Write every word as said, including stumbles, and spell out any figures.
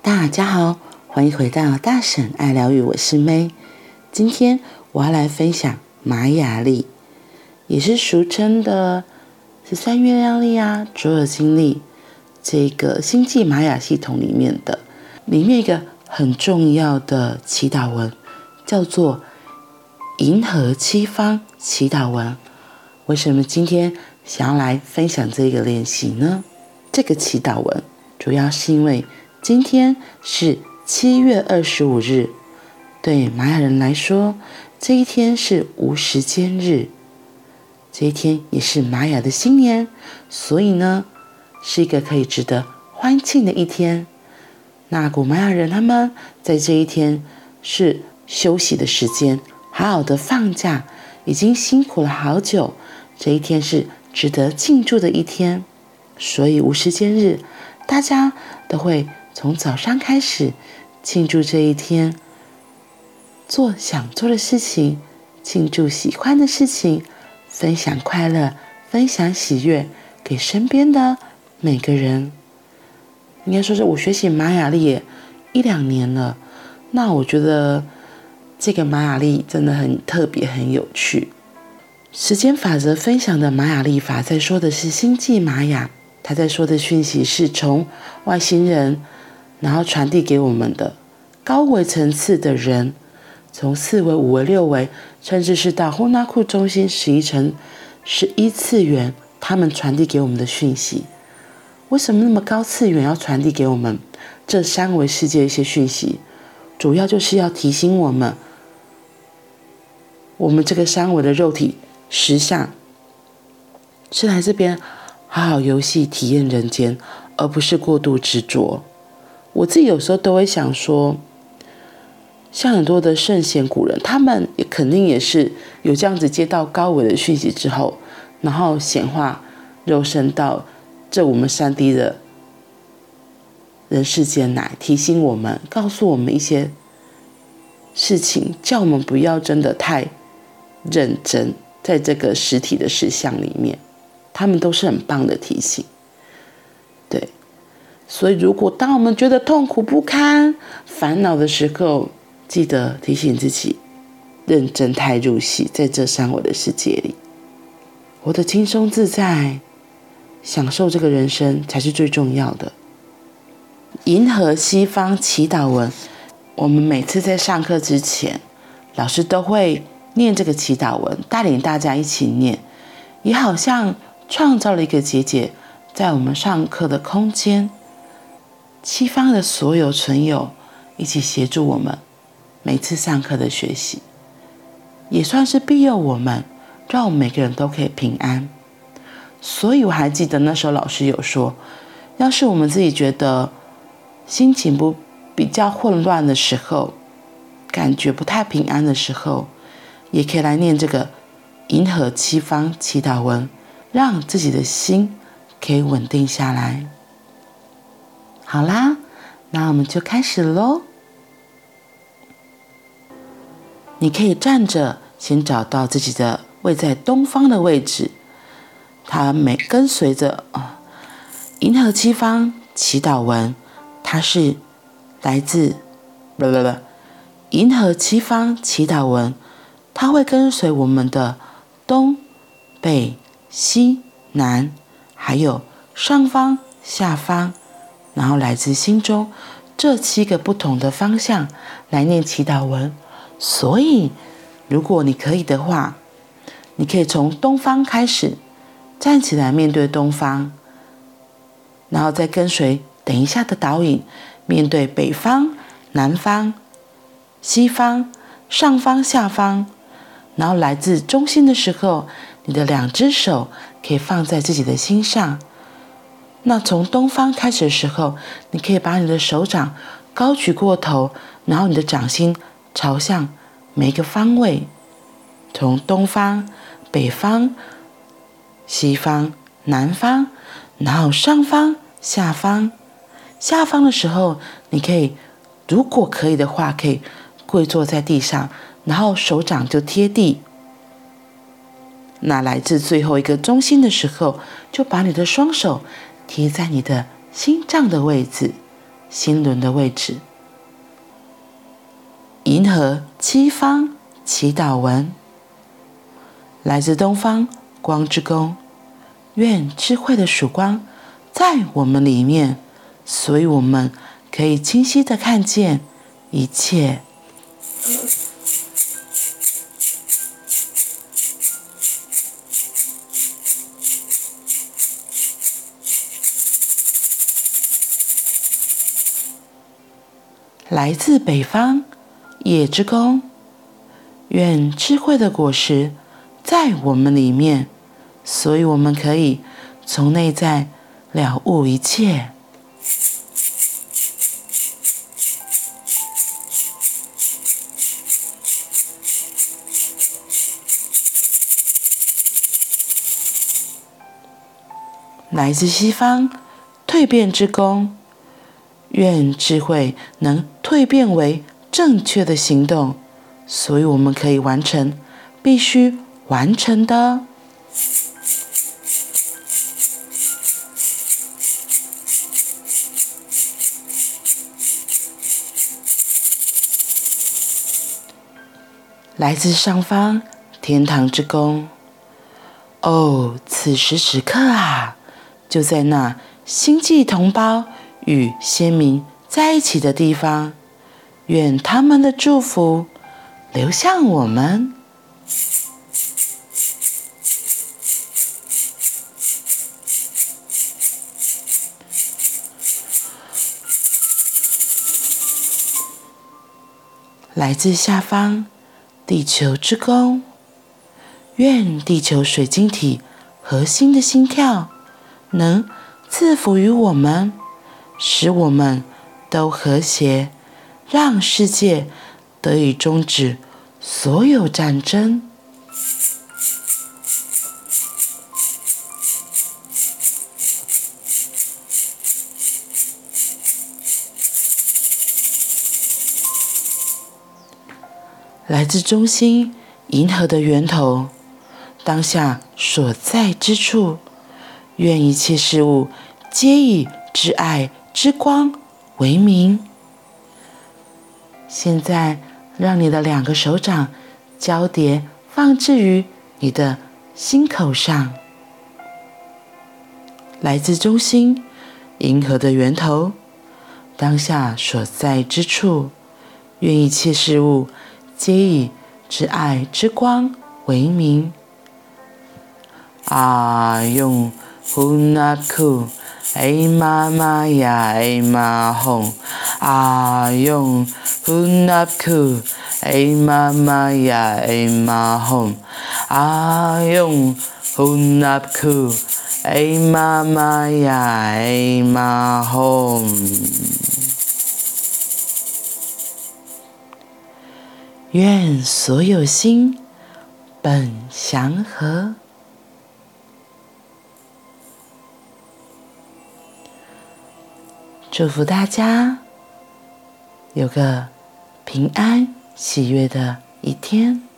大家好，欢迎回到大婶爱疗愈，我是 May。今天我要来分享玛雅历，也是俗称的十三月亮历啊、卓尔金历，这个星际玛雅系统里面的里面一个很重要的祈祷文，叫做银河七方祈祷文。为什么今天想要来分享这个练习呢？这个祈祷文主要是因为今天是七月二十五日，对玛雅人来说，这一天是无时间日，这一天也是玛雅的新年，所以呢，是一个可以值得欢庆的一天。那古玛雅人他们在这一天是休息的时间，好好的放假，已经辛苦了好久，这一天是值得庆祝的一天，所以无时间日，大家都会从早上开始庆祝这一天，做想做的事情，庆祝喜欢的事情，分享快乐，分享喜悦给身边的每个人。应该说是我学习玛雅历也一两年了，那我觉得这个玛雅历真的很特别，很有趣。时间法则分享的玛雅历法在说的是星际玛雅，他在说的讯息是从外星人然后传递给我们的高维层次的人，从四维、五维、六维，甚至是到呼纳库中心十一层、十一次元，他们传递给我们的讯息。为什么那么高次元要传递给我们这三维世界一些讯息？主要就是要提醒我们，我们这个三维的肉体实相是来这边好好游戏体验人间，而不是过度执着。我自己有时候都会想说，像很多的圣贤古人，他们也肯定也是有这样子接到高维的讯息之后，然后显化肉身到这我们 三 D 的人世间来，提醒我们，告诉我们一些事情，叫我们不要真的太认真在这个实体的实相里面，他们都是很棒的提醒。对，所以如果当我们觉得痛苦不堪、烦恼的时候，记得提醒自己，认真太入戏，在这三维的世界里，活得轻松自在，享受这个人生才是最重要的。银河西方祈祷文，我们每次在上课之前，老师都会念这个祈祷文，带领大家一起念，也好像创造了一个结界，在我们上课的空间，西方的所有存有一起协助我们每次上课的学习，也算是庇佑我们，让我们每个人都可以平安。所以我还记得那时候老师有说，要是我们自己觉得心情不比较混乱的时候，感觉不太平安的时候，也可以来念这个银河七方祈祷文，让自己的心可以稳定下来。好啦，那我们就开始咯。你可以站着，先找到自己的位在东方的位置，它每跟随着啊银河七方祈祷文，它是来自不不不银河七方祈祷文，它会跟随我们的东北西南，还有上方下方，然后来自心中这七个不同的方向来念祈祷文。所以如果你可以的话，你可以从东方开始站起来面对东方，然后再跟随等一下的导引，面对北方、南方、西方、上方、下方，然后来自中心的时候，你的两只手可以放在自己的心上。那从东方开始的时候，你可以把你的手掌高举过头，然后你的掌心朝向每一个方位，从东方、北方、西方、南方，然后上方、下方。下方的时候，你可以，如果可以的话，可以跪坐在地上，然后手掌就贴地。那来自最后一个中心的时候，就把你的双手贴在你的心脏的位置， 心轮的位置。银河七方祈祷文，来自东方光之宫，愿智慧的曙光在我们里面，所以我们可以清晰地看见一切。来自北方夜之宫，愿智慧的果实在我们里面，所以我们可以从内在了悟一切。来自西方蜕变之宫，愿智慧能蜕变为正确的行动，所以我们可以完成必须完成的。来自上方天堂之宫，哦，此时此刻啊，就在那星际同胞与先民在一起的地方，愿他们的祝福流向我们。来自下方地球之宫，愿地球水晶体核心的心跳能赐福于我们，使我们都和谐，让世界得以终止所有战争。来自中心银河的源头，当下所在之处，愿一切事物皆以之爱之光为名。现在让你的两个手掌交叠放置于你的心口上。来自中心银河的源头，当下所在之处，愿一切事物皆以之爱之光为名。啊用呼那库哎妈妈呀哎妈哄，啊用呼那库哎妈妈呀哎妈哄，啊用呼那库哎妈妈呀哎妈哄。愿所有心本祥和。祝福大家有个平安喜悦的一天。